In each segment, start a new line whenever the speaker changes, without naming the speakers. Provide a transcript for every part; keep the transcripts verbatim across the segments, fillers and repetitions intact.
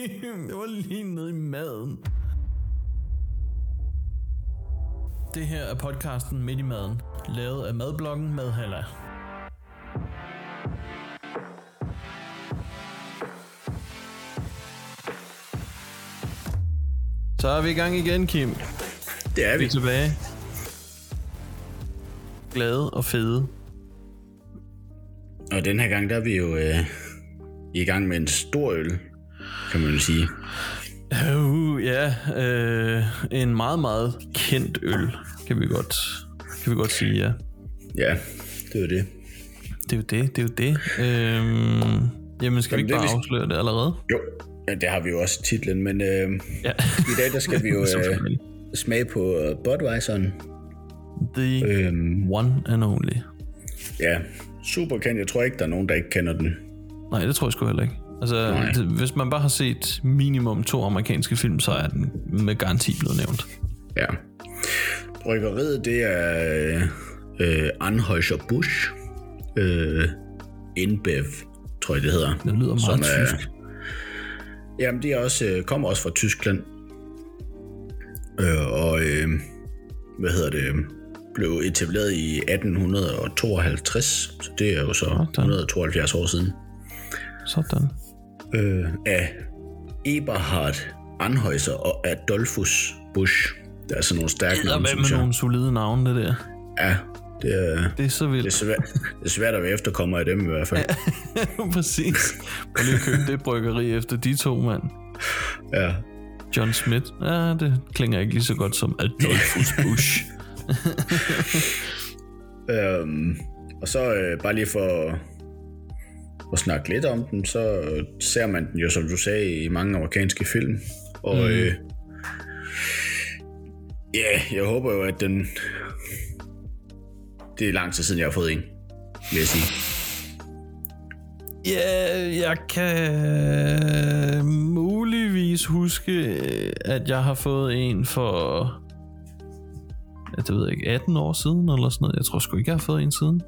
Det var lige nede i maden. Det her er podcasten Midt i Maden, lavet af madbloggen Madhalla. Så er vi i gang igen, Kim.
Det er vi.
Vi er tilbage. Glade og fede.
Og den her gang, der er vi jo øh, i gang med en stor øl, kan man jo sige.
Uh, ja, øh, en meget, meget kendt øl, kan vi godt, kan vi godt sige, ja.
Ja, det er jo det.
Det er jo det, det er jo det. Øhm, jamen, skal jamen, vi ikke bare vi... afsløre det allerede?
Jo, ja, det har vi jo også i titlen, men øh,
ja.
i dag, der skal vi jo øh, smage på uh, Budweiseren.
The øhm, one and only.
Ja, super kendt. Jeg tror ikke, der er nogen, der ikke kender den.
Nej, det tror jeg sgu heller ikke. Altså, det, hvis man bare har set minimum to amerikanske film, så er den med garanti blevet nævnt.
Ja. Bryggeriet, det er øh, Anheuser-Busch øh, InBev, tror jeg det hedder.
Det lyder meget er, tysk.
Jamen, de er også, øh, kommer også fra Tyskland. Øh, og øh, hvad hedder det? Blev etableret i atten tooghalvtreds, så det er jo så et hundrede og tooghalvfjerds år siden.
Sådan.
Øh, af Eberhard Anheuser og Adolphus Busch. Det er altså nogle stærke navne,
synes jeg. Det er med nogle solide navne, det der.
Ja, det er,
det er så vildt.
Det er svært, det er svært at være efterkommer af dem i hvert fald.
Ja, præcis. Og lige købe det bryggeri efter de to, mand.
Ja.
John Smith. Ja, det klinger ikke lige så godt som Adolphus Busch.
øhm, og så øh, bare lige for at snakke lidt om den, så ser man den jo, som du sagde, i mange amerikanske film. Og mm. øh, ja, yeah, jeg håber jo, at den... Det er lang tid siden, jeg har fået en, vil jeg sige.
Ja, yeah, jeg kan muligvis huske, at jeg har fået en for... Ja, det ved jeg ikke, atten år siden eller sådan noget. Jeg tror sgu ikke, jeg har fået en siden.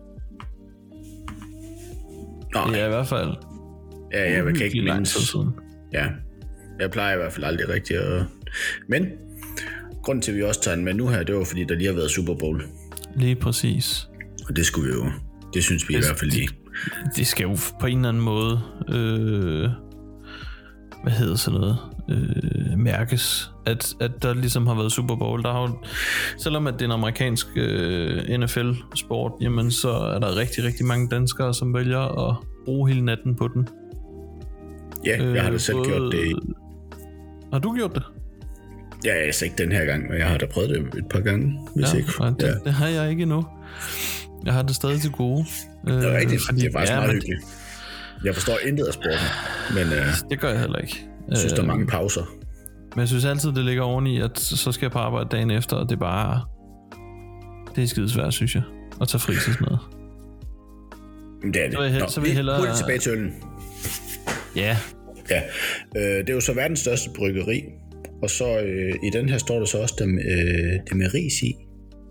Nej.
Ja, i hvert fald.
Ja, jeg kan ikke mindes. Ja, jeg plejer i hvert fald aldrig rigtigt at... Men grunden til, at vi også tager den med nu her, det var fordi, der lige har været Super Bowl.
Lige præcis.
Og det skulle vi jo... Det synes vi det, i hvert fald lige.
Det, det skal jo på en eller anden måde... Øh, hvad hedder sådan noget? Øh, mærkes. At, at der ligesom har været Super Bowl. Der har jo, selvom at det er en amerikansk øh, N F L-sport, jamen så er der rigtig, rigtig mange danskere, som vælger at bruge hele natten på den.
Ja, jeg har da selv
øh,
gjort det.
Har du gjort det?
Ja, jeg er ikke den her gang, men jeg har da prøvet det et par gange. Hvis
ja,
ikke.
Det,
ja,
det har jeg ikke endnu. Jeg har det stadig til gode.
Det er rigtigt, fordi, det er faktisk ja, meget hyggeligt.
Det...
Jeg forstår intet af sporten, men øh,
det gør jeg heller ikke.
Jeg synes, der er mange pauser.
Men jeg synes altid, det ligger oveni, at så skal jeg på arbejde dagen efter, og det er bare... Det er skidesvært, synes jeg, at tage fri til sådan noget.
Men det er det.
Så vil jeg, Nå, så vil jeg hellere...
Hurtigt tilbage til øllen.
Ja.
Ja, øh, det er jo så verdens største bryggeri, og så øh, i den her står der så også dem, øh, det med ris i.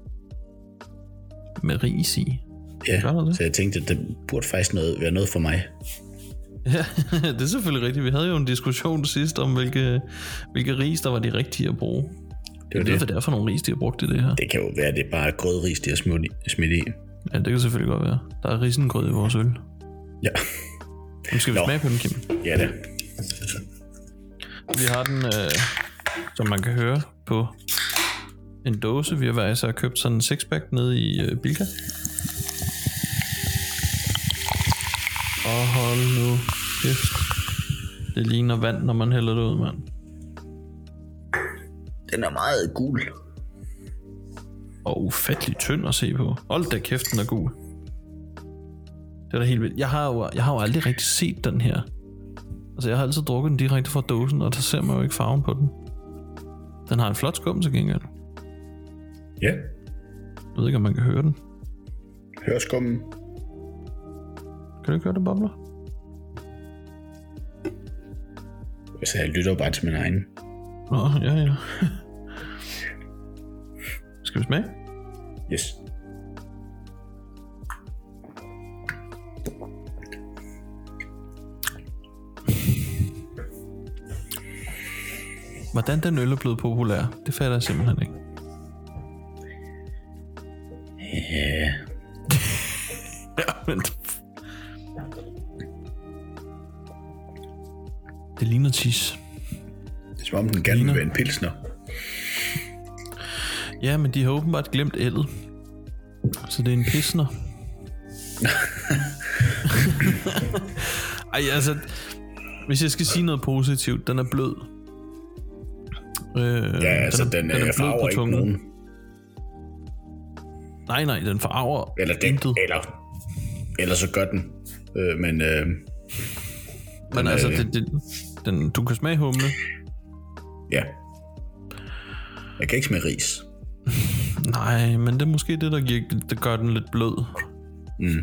Med ris i?
Ja, så jeg tænkte, at det burde faktisk noget, være noget for mig.
Ja, det er selvfølgelig rigtigt. Vi havde jo en diskussion sidst om, hvilke, hvilke ris, der var de rigtige at bruge. Det er det. Hvad det er for nogle ris, de har brugt i det her.
Det kan jo være, at det er bare grødris, de har smidt i.
Ja, det kan selvfølgelig godt være. Der er risengrød i vores øl.
Ja.
Nu skal vi Nå. smage på den, Kim.
Ja, det.
Vi har den, øh, som man kan høre, på en dåse. Vi har været så købt sådan en sixpack nede i øh, Bilka. Og hold nu kæft. Det ligner vand, når man hælder det ud, mand.
Den er meget gul.
Og ufattelig tynd at se på. Hold da kæft, den er gul. Det er da helt vildt. Jeg har jo, jeg har jo aldrig rigtig set den her. Altså, jeg har altid drukket den direkte fra dåsen, og der ser man jo ikke farven på den. Den har en flot skum til gengæld.
Ja.
Jeg ved ikke, om man kan høre den.
Hør skummen.
Kan du ikke høre det, bobler?
Så jeg lytter bare til min egen.
Nå, ja, ja. Skal vi smage?
Yes.
Hvordan den øl er blevet populær, det fatter jeg simpelthen ikke.
Ja.
Ja, men... Det ligner tis.
Det er som om den gerne vil være en pilsner.
Ja, men de har åbenbart glemt ældet. Så det er en pilsner. Ej, altså... Hvis jeg skal sige noget positivt, den er blød. Øh,
ja, altså den, den, den er farver ikke nogen.
Nej, nej, den farver
eller det, eller, eller så gør den. Øh, men... Øh,
men altså, det, det, den, du kan smage humle.
Ja. Jeg kan ikke smage ris.
Nej, men det er måske det, der, giver, det gør den lidt blød.
Mm.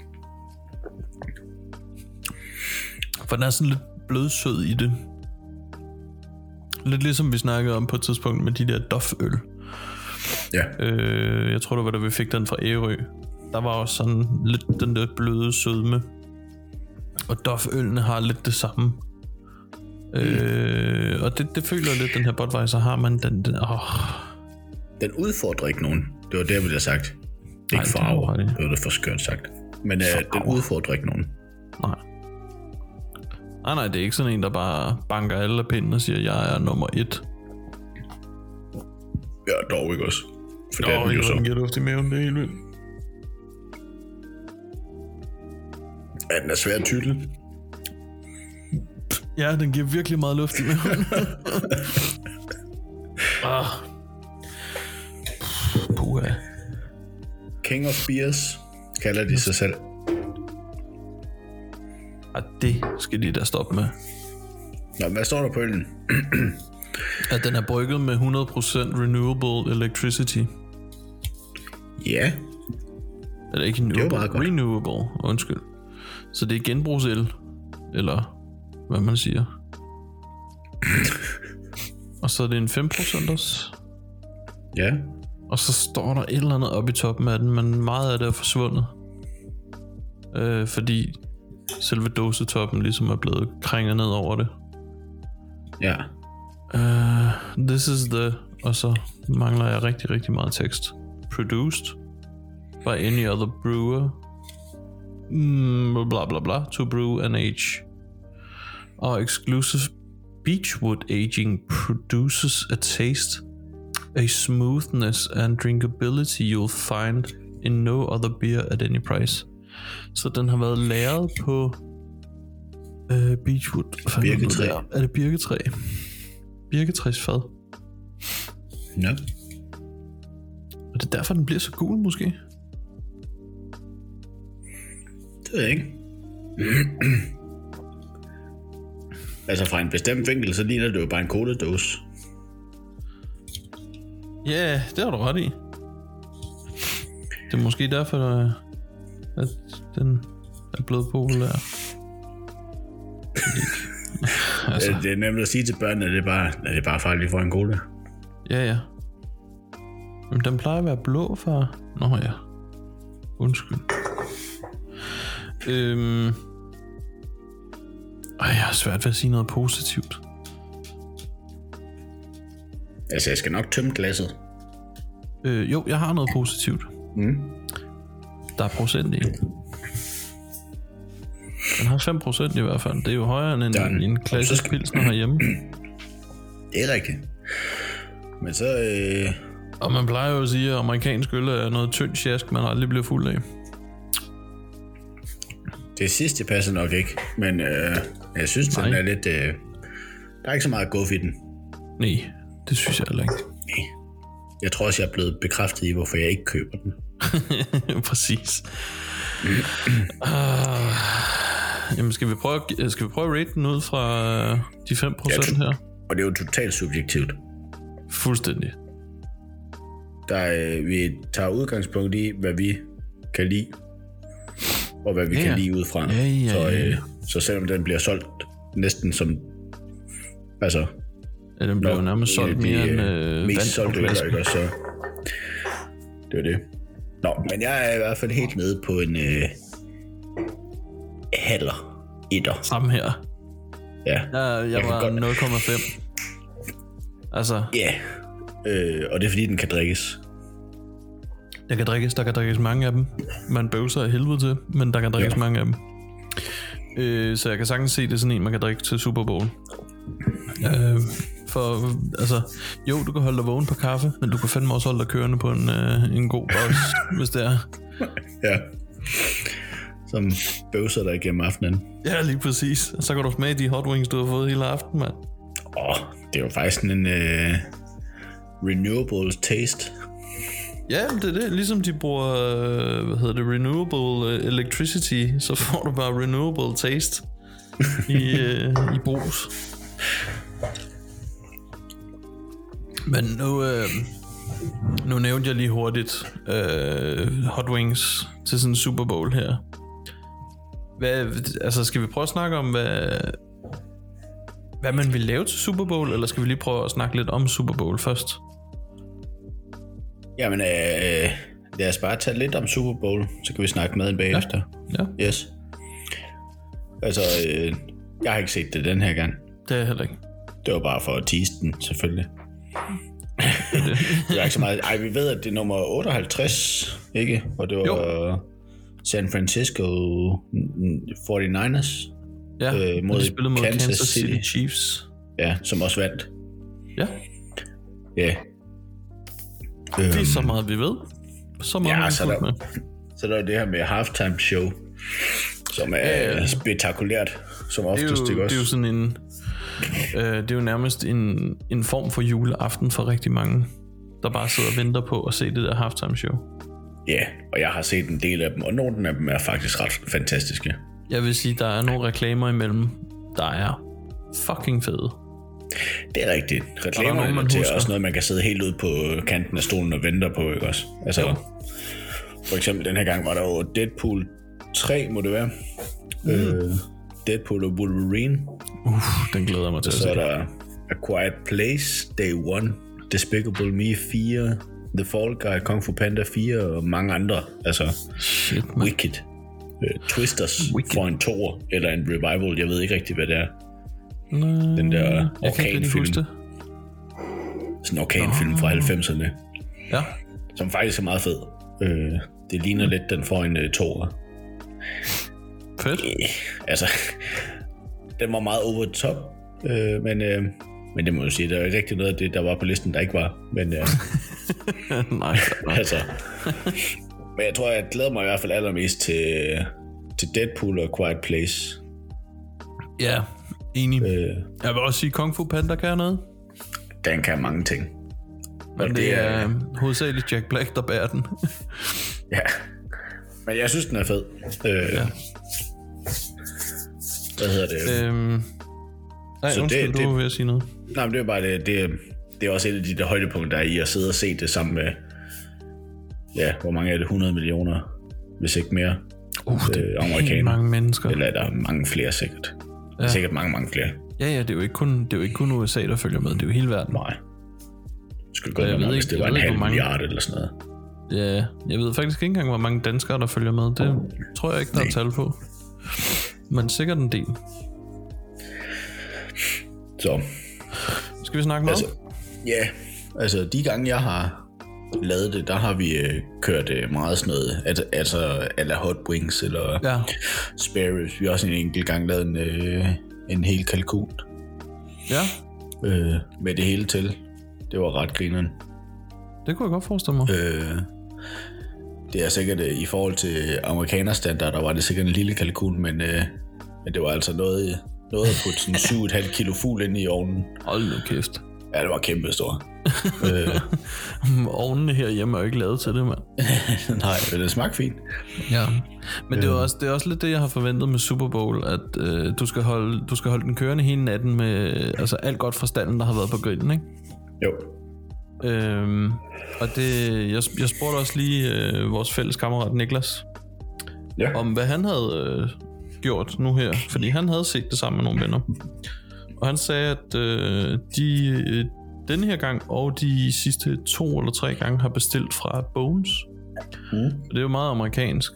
For den er sådan lidt blødsød i det. Lidt ligesom vi snakkede om på et tidspunkt med de der Doff-øl.
Ja.
Øh, jeg tror det var da vi fik den fra Ærø. Der var også sådan lidt den der bløde sødme. Og Doff-ølene har lidt det samme. Mm. Øh, og det, det føler jeg lidt, den her Budweiser har, men den... Den, åh.
den udfordrer ikke nogen. Det var det, jeg ville have sagt. Ikke
Nej,
farver.
Det,
det var det for skørt sagt. Men øh, den udfordrer ikke nogen.
Nej. Nej, nej, det er ikke sådan en, der bare banker alle af pinden og siger, jeg er nummer et.
Ja, dog ikke også. For
Nå,
det er den jo så.
Den giver luft i maven, det er helt vildt.
Ja, den er svær at tylle.
Ja, den giver virkelig meget luft i maven. ah. Puha.
King of Beers kalder de sig selv.
Og det skal de da stoppe med.
Nå, hvad står der på øllen?
At den er brygget med hundrede procent renewable electricity.
Ja.
Eller ikke renewable, renewable, undskyld. Så det er genbrugsel, eller hvad man siger. Og så er det en fem procent også.
Ja.
Og så står der et eller andet oppe i toppen af den, men meget af det er forsvundet. Øh, fordi selve dåsetoppen ligesom er blevet krænget ned over det.
Ja.
Uh, this is the... Og så mangler jeg rigtig, rigtig meget tekst. Produced by any other brewer. Mm, bla bla bla. To brew and age. Our exclusive Beechwood aging produces a taste, a smoothness and drinkability you'll find in no other beer at any price. Så den har været lagret på øh, Beechwood.
Birketræ.
Er det birketræ? Birketræsfad.
Ja.
Og det er derfor, den bliver så gul, måske?
Det ved jeg ikke. Altså fra en bestemt vinkel, så ligner det jo bare en cola-dåse.
Ja, yeah, det har du ret i. Det er måske derfor, at den er blevet populær.
altså. Det er nemt at sige til børnene, at det er bare, at det er bare farligt for en cola.
Ja, ja. Men den plejer at være blå, far. Nå ja. Undskyld. Øhm. Ej, jeg har svært ved at sige noget positivt.
Altså, jeg skal nok tømme glasset.
Øh, jo, jeg har noget positivt.
Mm.
Der er procent i. Den har fem procent i hvert fald. Det er jo højere end en, en, en klassisk pilsner herhjemme.
Det er rigtigt. Men så... Øh...
Og man plejer jo at sige, at amerikansk øl er noget tyndt sjask, man aldrig bliver fuld af.
Det sidste passer nok ikke. Men øh, jeg synes, Nej. den er lidt... Øh... Der er ikke så meget guf i den.
Nej, det synes jeg heller ikke.
Nej. Jeg tror også, jeg er blevet bekræftet i, hvorfor jeg ikke køber den.
Præcis. uh, jamen, skal vi, prøve, skal vi prøve at rate den ud fra de fem procent her?
Og det er jo totalt subjektivt.
Fuldstændig.
Der er, vi tager udgangspunkt i, hvad vi kan lide, og hvad vi ja. kan lide ud fra.
Ja, ja,
så, øh,
ja.
så selvom den bliver solgt næsten som... Altså...
Ja, den bliver jo nærmest solgt mere end øh,
mest solgt øl, ikke også? Så det er det. Nå, men jeg er i hvert fald helt nede på en øh, halver etter.
Sammen her.
Ja.
Jeg, jeg, jeg var nul komma fem. Altså...
Ja, yeah. øh, og det er fordi, den kan drikkes.
Der kan drikkes, der kan drikkes mange af dem. Man bøvser af helvede til, men der kan drikkes ja. mange af dem. Øh, så jeg kan sagtens se, det er sådan en, man kan drikke til Super Bowl. Øh, for, altså, jo, du kan holde dig vågen på kaffe, men du kan fandme også holde dig kørende på en, øh, en god boss, hvis det er.
Ja. Som bøvser dig igennem aftenen.
Ja, lige præcis. Så kan du smage de hot wings, du har fået hele aftenen, mand.
Åh, oh, det er jo faktisk en uh, renewable taste.
Ja, det er det. Ligesom de bruger, hvad hedder det, renewable electricity, så får du bare renewable taste i, uh, i brus. Men nu, øh, nu nævnte jeg lige hurtigt øh, hot wings til sådan en Super Bowl her. Hvad, altså skal vi prøve at snakke om, hvad, hvad man vil lave til Super Bowl, eller skal vi lige prøve at snakke lidt om Super Bowl først?
Jamen, øh, lad os bare tage lidt om Super Bowl, så kan vi snakke med den bagefter.
Ja. Ja.
Yes. Altså, øh, jeg har ikke set det den her gang.
Det er jeg heller ikke.
Det var bare for at tease den, selvfølgelig. Det, det er ikke så meget. Ej, vi ved, at det er nummer otteoghalvtreds, ikke? Og det var jo. San Francisco forty-niners.
Ja, øh, mod de spillede mod Kansas, Kansas City. City Chiefs.
Ja, som også vandt.
Ja.
Ja.
Det er så meget, vi ved. Så meget,
ja, så der, så der er det her med halftime show, som er ja, ja. spektakulært, som oftest. Det er jo,
det er jo sådan en... Øh, det er jo nærmest en, en form for juleaften for rigtig mange, der bare sidder og venter på at se det der halftime show.
Ja, og jeg har set en del af dem, og nogle af dem er faktisk ret fantastiske.
Jeg vil sige, der er nogle reklamer imellem, der er fucking fede.
Det er rigtigt. Reklamer er nogen, til også noget, man kan sidde helt ude på kanten af stolen og venter på, ikke også? Altså, ja. For eksempel den her gang var der jo Deadpool tre, må det være. Mm. Øh, Deadpool og Wolverine.
Uh, den glæder mig til at se.
Så er der A Quiet Place, Day one, Despicable Me fire, The Fall Guy, Kung Fu Panda fire og mange andre. Altså,
shit,
Wicked. Uh, Twisters Wicked. For en toer eller en revival. Jeg ved ikke rigtig, hvad det er.
Nå,
den der
orkanfilm.
Sådan en orkanfilm Nå. fra halvfemserne.
Ja.
Som faktisk er meget fed. Uh, det ligner mm. lidt, den får en uh, toer.
Fedt.
Øh, altså, den var meget over the top. Øh, men, øh, men det må jeg sige, der er ikke rigtig noget af det, der var på listen, der ikke var. Men, øh,
nej, nej.
Altså, men jeg tror, jeg glæder mig i hvert fald allermest til, til Deadpool og Quiet Place.
Ja, enig. Øh, jeg vil også sige, Kung Fu Panda kan noget.
Den kan mange ting.
Men det, det er øh, hovedsageligt Jack Black, der bærer den.
Ja, men jeg synes, den er fed. Øh, ja. Hvad hedder det?
Øhm, nej, så undskyld, det, du var ved at sige noget.
Nej, men det er bare det, det, det er også et af de der højdepunkter, der er i at sidde og se det sammen med, ja, hvor mange er det? hundrede millioner, hvis ikke mere,
uh, det er amerikanere. Mange mennesker.
Eller er der mange flere sikkert. Ja. Sikkert mange, mange flere.
Ja, ja, det er jo ikke kun, det er jo ikke kun U S A, der følger med, det er jo hele verden.
Nej. Det skulle godt være, hvis det var en halv milliard eller sådan noget.
Ja, jeg ved faktisk ikke engang, hvor mange danskere, der følger med. Det tror jeg ikke, der Nej. er tal på. Men sikkert en del.
Så.
Skal vi snakke meget?
Altså, ja, altså de gange, jeg har lavet det, der har vi øh, kørt øh, meget sådan noget. Altså, altså eller hot wings, eller
ja.
spare ribs. Vi har også en enkelt gang lavet en, øh, en hel kalkun.
Ja.
Øh, med det hele til. Det var ret grineren.
Det kunne jeg godt forestille mig.
Øh, det er sikkert, øh, i forhold til amerikanerstandarder, var det sikkert en lille kalkun, men, øh, men det var altså noget, noget at putte sådan syv komma fem kilo fugl ind i ovnen.
Hold nu kæft.
Ja, det var kæmpe stor. øh.
Ovnene herhjemme er jo ikke lavet til det, mand.
Nej, men det smagte fint.
Ja, men det er, også, det er også lidt det, jeg har forventet med Super Bowl, at øh, du, skal holde, du skal holde den kørende hele natten med altså alt godt fra standen, der har været på grillen, ikke?
Jo.
Øhm, og det, jeg, jeg spurgte også lige øh, vores fælles kammerat Niklas, ja. om hvad han havde øh, gjort nu her, fordi han havde set det sammen med nogle venner. Og han sagde, at øh, de øh, denne her gang og de sidste to eller tre gange har bestilt fra Bones. Mm. Det er jo meget amerikansk.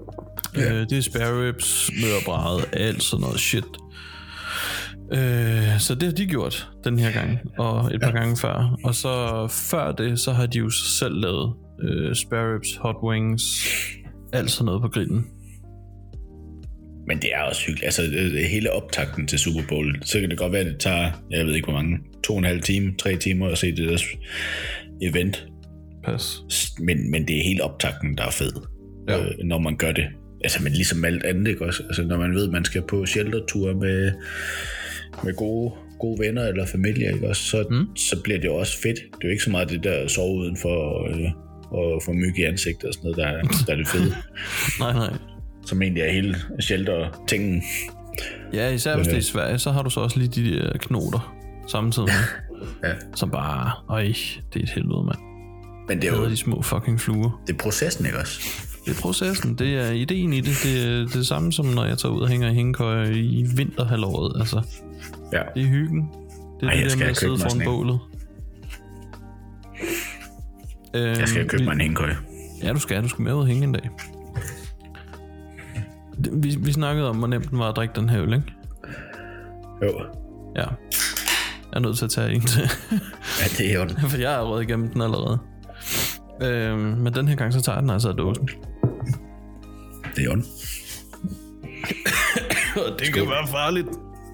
Yeah. Øh, det er spare ribs, mørbræd, alt sådan noget shit. Øh, så det har de gjort den her gang, og et par ja. gange før. Og så før det, så har de jo selv lavet øh, spare ribs, hot wings, alt sådan noget på grillen.
Men det er også hyggeligt. Altså, det, hele optakten til Super Bowl, så kan det godt være, at det tager, jeg ved ikke hvor mange, to og en halv time, tre timer at se det der event.
Pas.
Men, men det er hele optakten, der er fed, ja. øh, når man gør det. Altså, men ligesom alt andet, ikke også? Altså, når man ved, at man skal på sheltertur med, med gode, gode venner eller familie, ikke også? Så, mm. så bliver det jo også fedt. Det er jo ikke så meget det der at sove udenfor øh, og få myg i ansigtet og sådan noget, der, der er det fede.
nej, nej.
Som egentlig er hele shelter-tingen.
Ja, især hvis det er i Sverige, så har du så også lige de der knoter samtidig med.
ja.
Som bare, øj, det er et helvede, mand.
Men det er jo
de små fucking fluer.
Det er processen, ikke også?
Det er processen, det er ideen i det. Det er det, er det samme som når jeg tager ud og hænger i hængekøjer i vinterhalvåret. Altså,
ja.
Det er hyggen. Det er Ej, det der med at sidde foran bålet.
Jeg skal øhm, købe vi, mig en hængekøje.
Ja, du skal. Du skal med ud og hænge en dag. Vi, vi snakkede om, hvor nemt den var at drikke den her øl, ikke?
Jo.
Ja. Jeg er nødt til at tage en til.
Ja, det er jo den.
For jeg har røget igennem den allerede. Øhm, men den her gang, så tager den altså af dåsen.
Det er jo den.
Det kan være farligt.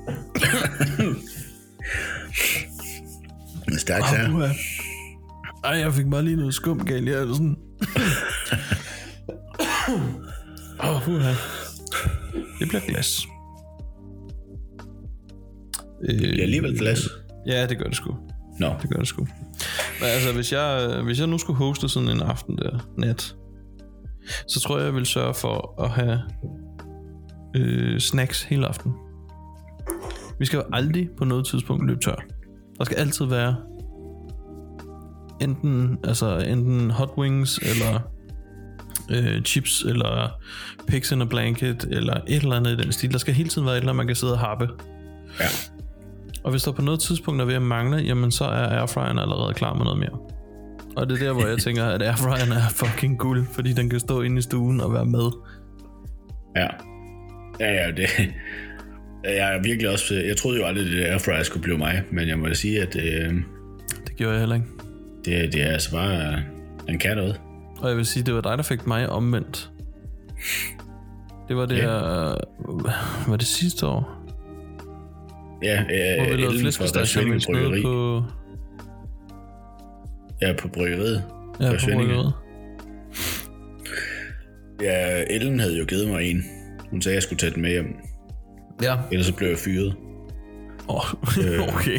Det er stærkt, her.
Ej, jeg fik bare lige noget skum galt i halsen. Åh, oh, uh-huh. Det bliver glas.
Det bliver alligevel glas.
Ja, det gør det sgu.
Nå. No.
Det gør det sgu. Men altså, hvis jeg, hvis jeg nu skulle hoste sådan en aften der, nat, så tror jeg, jeg vil sørge for at have øh, snacks hele aften. Vi skal jo aldrig på noget tidspunkt løbe tør. Der skal altid være enten, altså enten hot wings, eller øh, chips, eller pigs in a blanket, eller et eller andet i den stil. Der skal hele tiden være et eller andet, man kan sidde og happe.
Ja.
Og hvis der på noget tidspunkt er ved at mangle, jamen så er airfryeren allerede klar med noget mere. Og det er der, hvor jeg tænker, at airfryeren er fucking guld, fordi den kan stå inde i stuen og være med.
Ja. Ja, ja, det... Jeg er virkelig også... Jeg troede jo aldrig, at det airfryer skulle blive mig, men jeg må da sige, at... Øh,
det gjorde jeg heller ikke.
Det, det er altså bare... Den kan noget.
Og jeg vil sige, det var dig, der fik mig omvendt. Det var det ja. her... Var det sidste år?
Ja, øh,
hvor vi lavede flæskesteg bryggeri. På...
Ja, på bryggeriet.
Ja, på bryggeriet.
Ja, Ellen havde jo givet mig en. Hun sagde, at jeg skulle tage den med hjem.
Ja.
Ellers så blev jeg fyret.
Åh, oh, okay.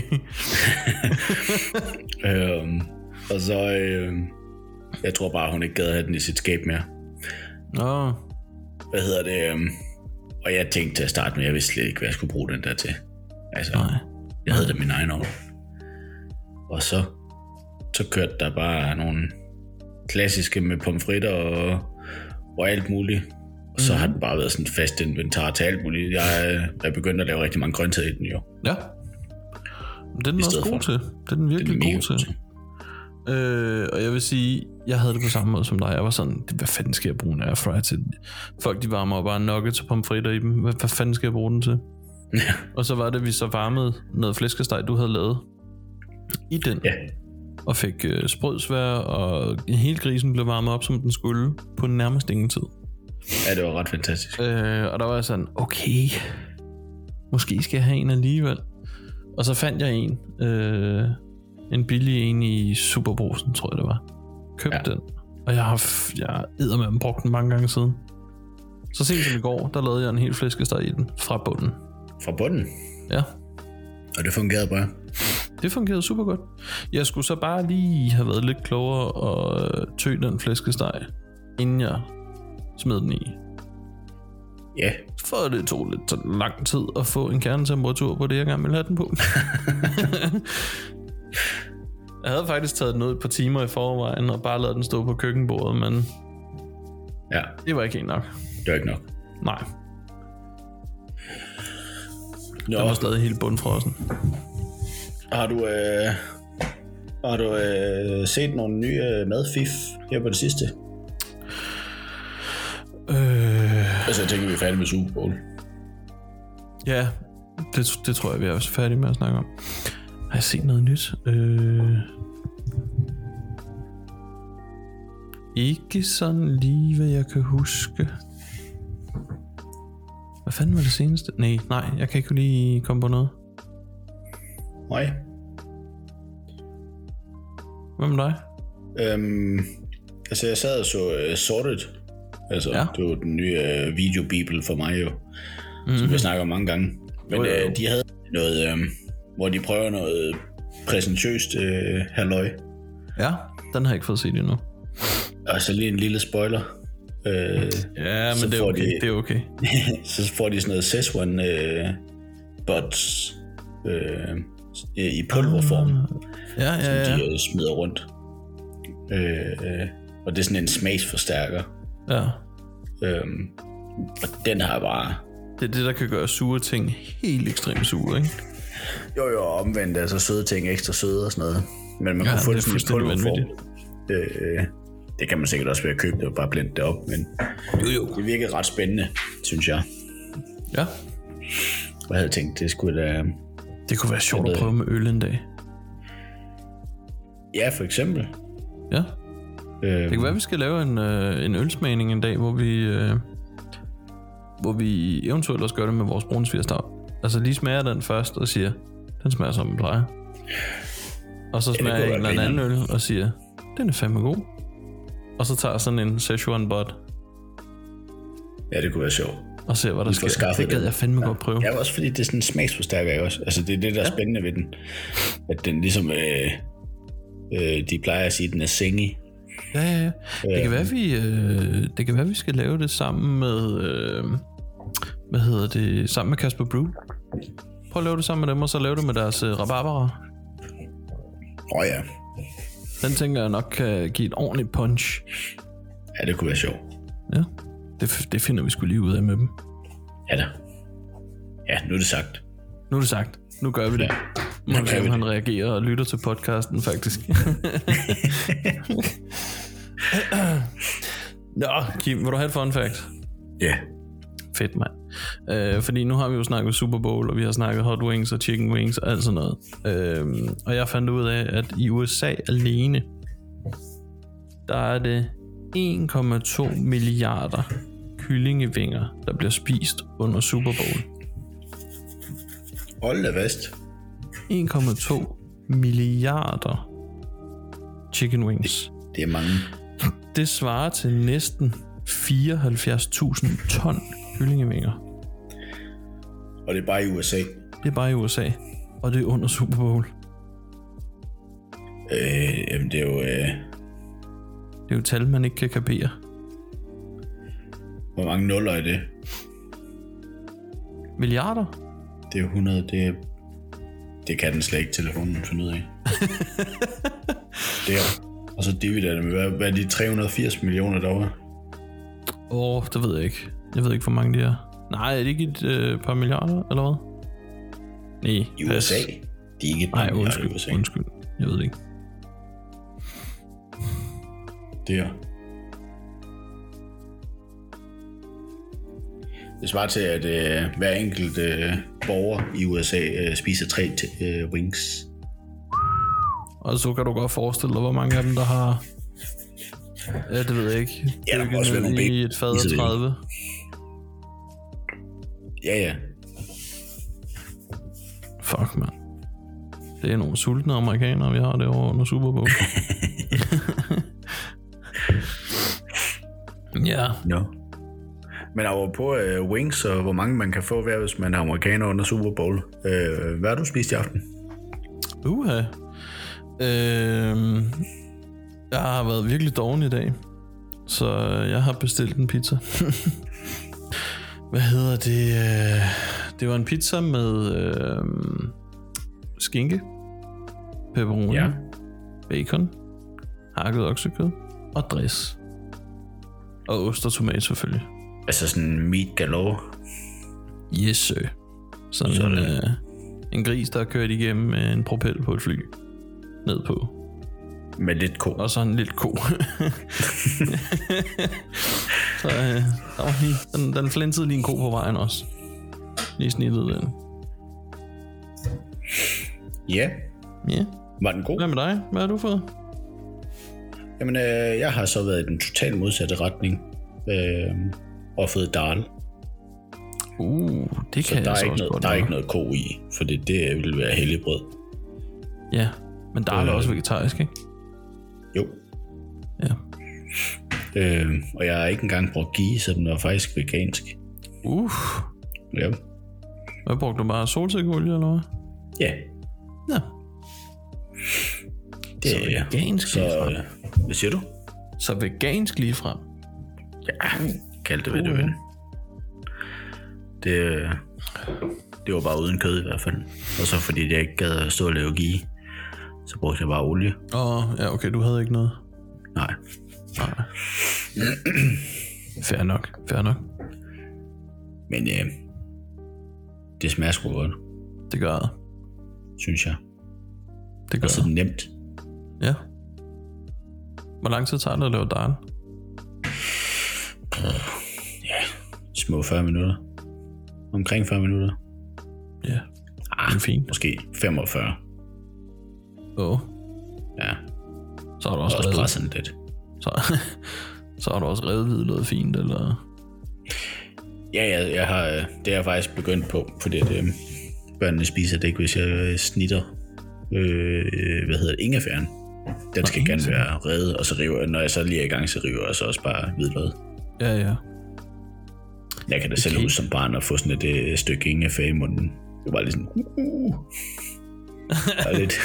øhm, og så... Øh, jeg tror bare, hun ikke gad at have den i sit skab mere.
Åh. Oh.
Hvad hedder det? Øh, og jeg tænkte til at starte med, jeg vidste slet ikke, hvad jeg skulle bruge den der til. Altså,
Nej.
jeg havde da min egen over. Og så, så kørte der bare nogle klassiske med pomfritter og, og alt muligt. Og så mm-hmm. har den bare været sådan et fast inventar til alt muligt. Jeg er begyndt at lave rigtig mange grøntsager i den jo.
Ja. Det er den også god til. Det er den virkelig god til. til. Øh, og jeg vil sige, jeg havde det på samme måde som dig. Jeg var sådan, hvad fanden skal jeg bruge en airfryer til? Folk de varmer bare nuggets og pomfritter i dem. Hvad, hvad fanden skal jeg bruge den til? Ja. Og så var det, vi så varmede noget flæskesteg, du havde lavet i den.
Ja.
Og fik øh, sprødsvær, og hele grisen blev varmet op, som den skulle, på nærmest ingen tid.
Ja, det var ret fantastisk.
Øh, og der var jeg sådan, okay, måske skal jeg have en alligevel. Og så fandt jeg en, øh, en billig en i Superbrugsen, tror jeg det var. Købte ja. den, og jeg har jeg eddermame brugt den mange gange siden. Så sent som i går, der lavede jeg en hel flæskesteg i den, fra bunden.
Fra bunden?
Ja.
Og det fungerede bare?
Det fungerede super godt. Jeg skulle så bare lige have været lidt klogere og tø den flæskesteg, inden jeg smed den i.
Ja.
For det tog lidt lang tid at få en kernetemperatur på det, jeg gerne ville have den på. Jeg havde faktisk taget den ud et par timer i forvejen og bare ladet den stå på køkkenbordet, men
ja.
Det var ikke helt nok.
Det var ikke nok?
Nej.
Nå.
Den var stadig helt bundfrossen.
Har du, øh, har du øh, set nogle nye øh, madfif her på det sidste?
Øh...
Altså jeg tænker, vi er færdige med Super Bowl.
Ja, Det, det tror jeg, vi er også færdige med at snakke om. Har jeg set noget nyt? Øh... Ikke sådan lige, hvad jeg kan huske. Hvad fanden var det seneste? Nej, nej, jeg kan ikke lige komme på noget.
Nej.
Hvad med dig?
Øhm, altså, jeg sad og så uh, Sorted. Altså, ja. Det var den nye uh, videobibel for mig jo. Mm-hmm. Som jeg snakker om mange gange. Men jo, jo, jo. Uh, de havde noget, um, hvor de prøver noget præsentøst uh, halløj.
Ja, den har jeg ikke fået set endnu.
Og så lige en lille spoiler. Uh,
ja, men det er okay. De, det er okay.
Så får de sådan noget Szechuan uh, bots uh, i pulverform.
Ja, ja, ja.
Som de uh, smider rundt. Uh, og det er sådan en smagsforstærker.
Ja.
Um, og den har bare...
Det er det, der kan gøre sure ting helt ekstremt sure, ikke?
Jo, jo, omvendt. Altså søde ting ekstra søde og sådan noget. Men man ja, kunne få det sådan i pulverform. Uh, det kan man sikkert også ved at købe det og bare blende det op. Men
jo, jo.
Det virker ret spændende, synes jeg.
Ja.
Og jeg havde tænkt, det skulle da...
Det kunne være sjovt at prøve med øl en dag.
Ja, for eksempel.
Ja. Øhm. Det kan være, vi skal lave en, øh, en ølsmagning en dag, hvor vi, øh, hvor vi eventuelt også gør det med vores brunsvigerstav. Altså lige smager den først og siger, den smager som den plejer. Og så smager ja, en eller anden øl og siger, den er fandme god. Og så tager sådan en Szechuan bot.
Ja, det kunne være sjovt.
Og ser, hvad der sker. Det gad jeg fandme ja. godt prøve.
Ja, også fordi det er sådan en smagsforstærker også. Altså det er det, der er ja. spændende ved den. At den ligesom, øh, øh, de plejer at sige, at den er singy.
Ja, ja, ja. Det kan være, vi, øh, det kan være, vi skal lave det sammen med, øh, hvad hedder det, sammen med Kasper Brew. Prøv at lave det sammen med dem, og så lave det med deres øh, rabarberer.
Åh oh, ja.
Den tænker jeg nok kan give et ordentligt punch.
Ja, det kunne være sjovt.
Ja, det, det finder vi sgu lige ud af med dem.
Ja da. Ja, nu er det sagt.
Nu er det sagt. Nu gør vi det. Ja. Må vi se, om han reagerer og lytter til podcasten, faktisk. Nå, Kim, vil du have et fun fact?
Ja. Yeah.
Fedt, mand. Øh, fordi nu har vi jo snakket Super Bowl, og vi har snakket hot wings og chicken wings og alt sådan noget. Øh, og jeg fandt ud af, at i U S A alene, der er det en komma to milliarder kyllingevinger, der bliver spist under Super Bowl.
Hold da vest.
en komma to milliarder chicken wings.
Det, det er mange.
Det svarer til næsten fireoghalvfjerds tusind ton kyllingevinger.
Og det er bare i U S A?
Det er bare i U S A. Og det er under Super Bowl.
Øh, jamen det er jo... Øh...
Det er jo tal, man ikke kan kapere.
Hvor mange nuller er det?
Milliarder?
Det er hundrede, det er... Det kan den slet ikke telefonen finde ud af. Det er... Og så dividerer det med, hvad, hvad er de tre hundrede og firs millioner derovre?
Åh, oh, det ved jeg ikke. Jeg ved ikke, hvor mange de er. Nej, er det ikke et øh, par milliarder, eller hvad? Nej,
i U S A? De er ikke et par
Nej, undskyld,
i U S A.
undskyld. Jeg ved det ikke.
Det er... Det svarer til, at øh, hver enkelt øh, borger i U S A øh, spiser tre t- øh, wings.
Og så kan du godt forestille dig, hvor mange af dem, der har... Ja, det ved jeg ikke.
Ja, der må også være nogle ben.
I et fad af tredive.
Ja, ja.
Fuck, mand. Det er nogle sultne amerikanere, vi har derovre under Super Bowl. Ja.
No. Men over på uh, wings, og hvor mange man kan få hver, hvis man er amerikaner under Super Bowl. Uh, hvad har du spist i aften?
Uha. Øh, jeg har været virkelig doven i dag, så jeg har bestilt en pizza. Hvad hedder det? Det var en pizza med øh, skinke, pepperoni, ja. bacon, hakket oksekød og dress. Og ost og tomat selvfølgelig.
Altså sådan meat galore?
Yes, sir. Sådan, sådan. En, øh, en gris, der er kørt igennem med en propel på et fly. Ned på.
Med lidt ko.
Og så en lidt ko. Så øh, der var lige, den, den flænsede lige en ko på vejen også. Lige snittet den.
Ja.
Ja.
Var den god?
Hvad med dig? Hvad har du fået?
Jamen, øh, jeg har så været i den totalt modsatte retning. Øh, og fået dal.
Uh, det
så
kan
der
jeg
er
så
ikke
også
noget,
godt
der er
noget.
ikke noget ko i, for det, det vil være helligbrød.
Ja, men dal er
øh,
også vegetarisk, ikke?
Jo.
Ja.
Øh, og jeg har ikke engang brugt ghee, så den var faktisk vegansk.
Uh.
Ja.
Hvad brugte du bare? Solsikkeolie, eller hvad?
Ja.
Ja.
Det
så
er
vegansk
så,
ligefrem.
øh, hvad siger du?
Så vegansk ligefrem.
Ja, kald det, hvad du vil. Det, øh, det var bare uden kød i hvert fald. Og så fordi jeg ikke gad at stå og lave ghee, så brugte jeg bare olie.
Åh, oh, ja, okay, du havde ikke noget.
Nej.
Nej. Fair nok, fair nok.
Men øh, det smager sgu godt.
Det gør det.
Synes jeg.
Det gør
og så
det.
nemt.
Ja. Hvor lang tid tager det at lave dal?
Ja, små fyrre minutter. Omkring fyrre minutter.
Ja,
ah,
det er fint.
Måske femogfyrre.
Åh. Oh.
Ja.
Så har du også,
også
reddet
presset lidt.
Så, så har du også reddet noget fint, eller?
Ja, jeg, jeg har, det er jeg faktisk begyndt på, fordi det, øh, børnene spiser det ikke, hvis jeg snitter, øh, hvad hedder det, ingefæren. Den skal gerne være reddet, og så river jeg, når jeg så lige er i gang, så river jeg så også bare hvidløg.
Ja, ja.
Jeg kan da selv huske som barn at få sådan et, et stykke ingefær i munden. Det var lidt sådan, uh, uh. lidt.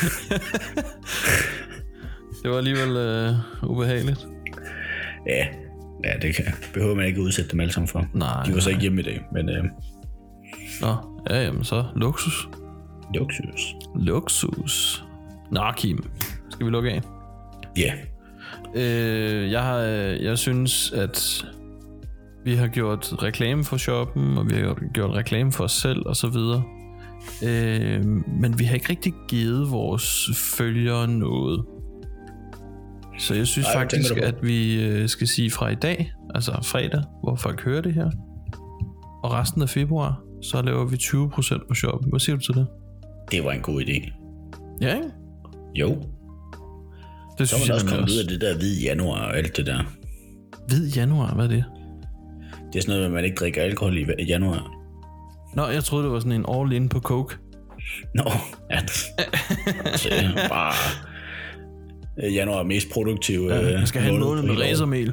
Det var alligevel øh, ubehageligt.
Ja, ja, det kan, behøver man ikke udsætte dem alle sammen for.
Nej.
De var så ikke hjemme i dag, men... Øh,
Nå, ja, jamen så luksus.
Luksus.
Luksus. Nå, Kim. Skal vi lukke af?
Ja.
Yeah. Øh, jeg, har, jeg synes, at vi har gjort reklame for shoppen, og vi har gjort reklame for os selv, og så videre. Øh, men vi har ikke rigtig givet vores følgere noget. Så jeg synes Ej, faktisk, at vi skal sige fra i dag, altså fredag, hvor folk hører det her, og resten af februar, så laver vi tyve procent på shoppen. Hvad siger du til det?
Det var en god idé.
Ja, ikke?
Jo.
Det
så er man også kommet ud af det der hvid januar og alt det der.
Hvid januar? Hvad er det?
Det er sådan noget, at man ikke drikker alkohol i januar.
Nå, jeg troede, det var sådan en all-in på coke.
Nå, ja. Så bare... Januar er mest produktiv.
Ja, jeg skal have en måned med racermel.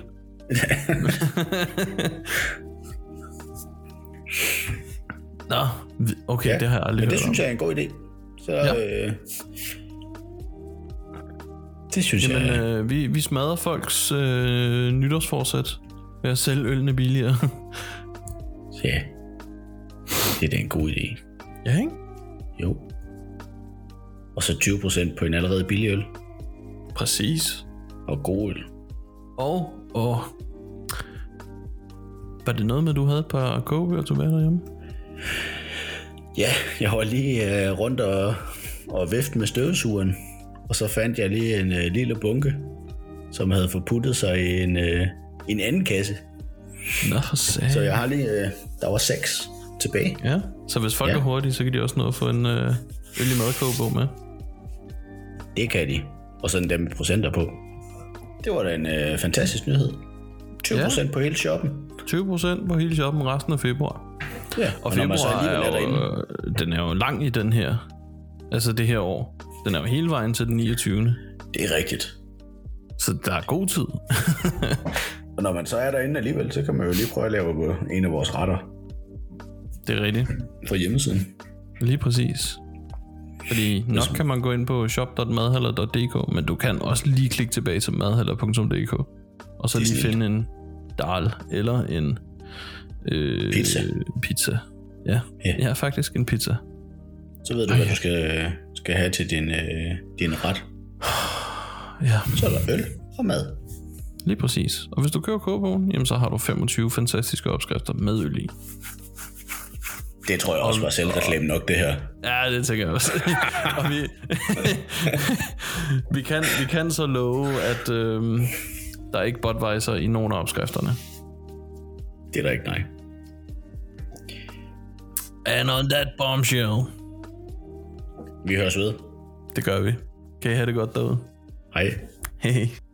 Nå, okay, ja, det har jeg aldrig
men det
hørt
synes
om.
jeg er en god idé. Så, ja. øh, det synes
Jamen,
jeg...
Øh, vi, vi smadrer folks øh, nytårsforsæt ved at sælge ølene billigere.
Ja, det er da en god idé.
Ja, ikke?
Jo. Og så tyve procent på en allerede billig øl.
Præcis.
Og god øl.
Og, og var det noget med, du havde et par kogebøger tilbage derhjemme?
Ja, jeg var lige uh, rundt og, og vifte med støvsugeren. Og så fandt jeg lige en uh, lille bunke, som havde forputtet sig i en, uh, en anden kasse.
Nå, for satan.
Så jeg har lige, uh, der var seks tilbage.
Ja, så hvis folk ja. er hurtige, så kan de også nå at få en uh, øl i madkogebog med.
Det kan de. Og sådan dem med procenter på. Det var da en øh, fantastisk nyhed. tyve procent ja. På hele shoppen.
tyve procent på hele shoppen resten af februar.
Ja,
og, og februar er, er jo, den er jo lang i den her, altså det her år. Den er jo hele vejen til den niogtyvende
Det er rigtigt.
Så der er god tid.
Og når man så er derinde alligevel, så kan man jo lige prøve at lave en af vores retter.
Det er rigtigt.
Fra hjemmesiden.
Lige præcis. Fordi nok kan man gå ind på shop punktum madhaller punktum d k, men du kan også lige klikke tilbage til madhaller punktum d k og så lige finde en dal eller en øh,
pizza.
pizza. Ja. ja, ja, faktisk en pizza.
Så ved du, Ej, hvad du skal, skal have til din, øh, din ret.
Ja.
Så er der øl og mad.
Lige præcis. Og hvis du køber kogebogen, jamen så har du femogtyve fantastiske opskrifter med øl i.
Det tror jeg også var selvreklame nok, det her.
Ja, det tænker jeg også. Og vi, vi, kan, vi kan så love, at øhm, der er ikke Budweiser i nogen af opskrifterne.
Det er der ikke, nej.
And on that bombshell.
Vi høres ved.
Det gør vi. Kan I have det godt derude?
Hej.
Hej.